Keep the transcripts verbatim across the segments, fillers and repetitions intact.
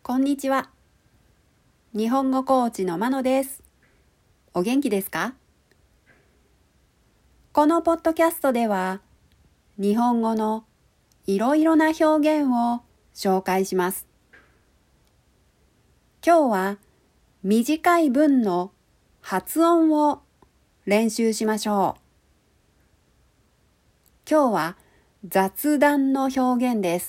こんにちは。日本語コーチのまのです。お元気ですか？このポッドキャストでは、日本語のいろいろな表現を紹介します。今日は短い文の発音を練習しましょう。今日は雑談の表現です。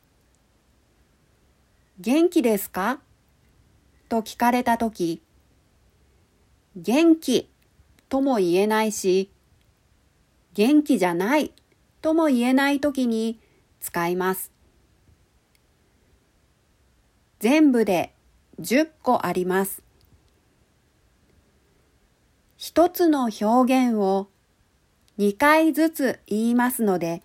元気ですか？と聞かれたとき、元気とも言えないし、元気じゃないとも言えないときに使います。全部でじゅっこあります。一つの表現をにかいずつ言いますので、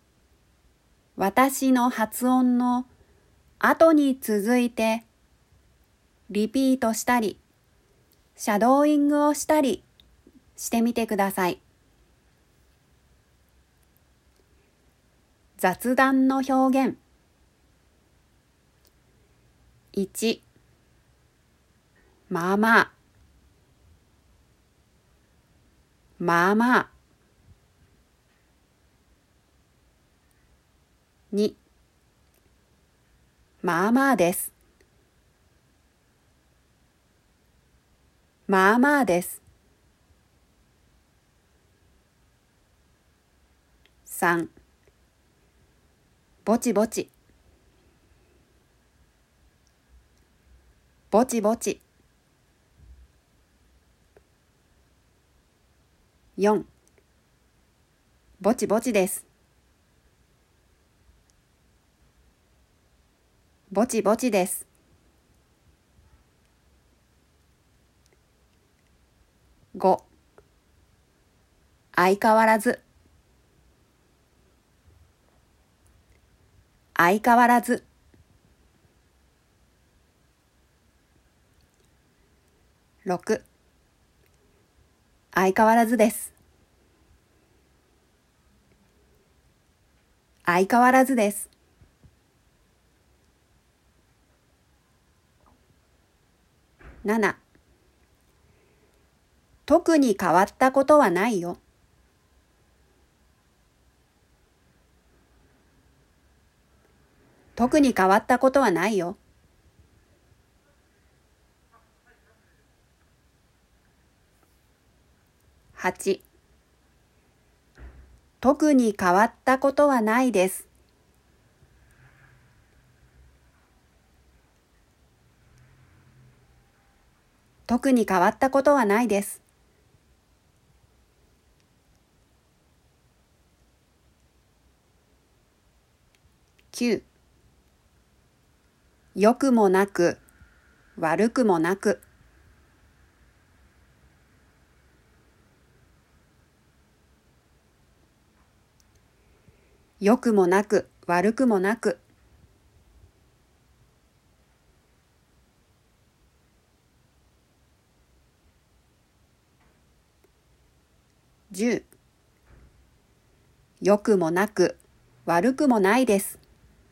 私の発音の後に続いてリピートしたり、シャドーイングをしたりしてみてください。雑談の表現。いち、まあまあ、まあまあ。に、まあまあです。まあまあです。さん、ぼちぼち。ぼちぼち。よん、ぼちぼちです。ぼちぼちです。ご、相変わらず。相変わらず。ろく、相変わらずです。相変わらずです。なな、特に変わったことはないよ。特に変わったことはないよ。はち、特に変わったことはないです。特に変わったことはないです。きゅう、良くもなく、悪くもなく。良くもなく、悪くもなく。じゅう、良くもなく、悪くもないです。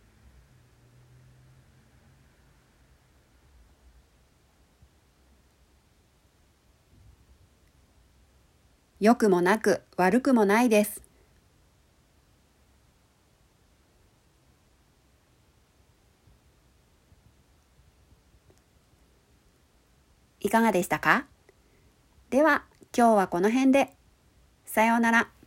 良くもなく、悪くもないです。いかがでしたか？では、今日はこの辺で。さようなら。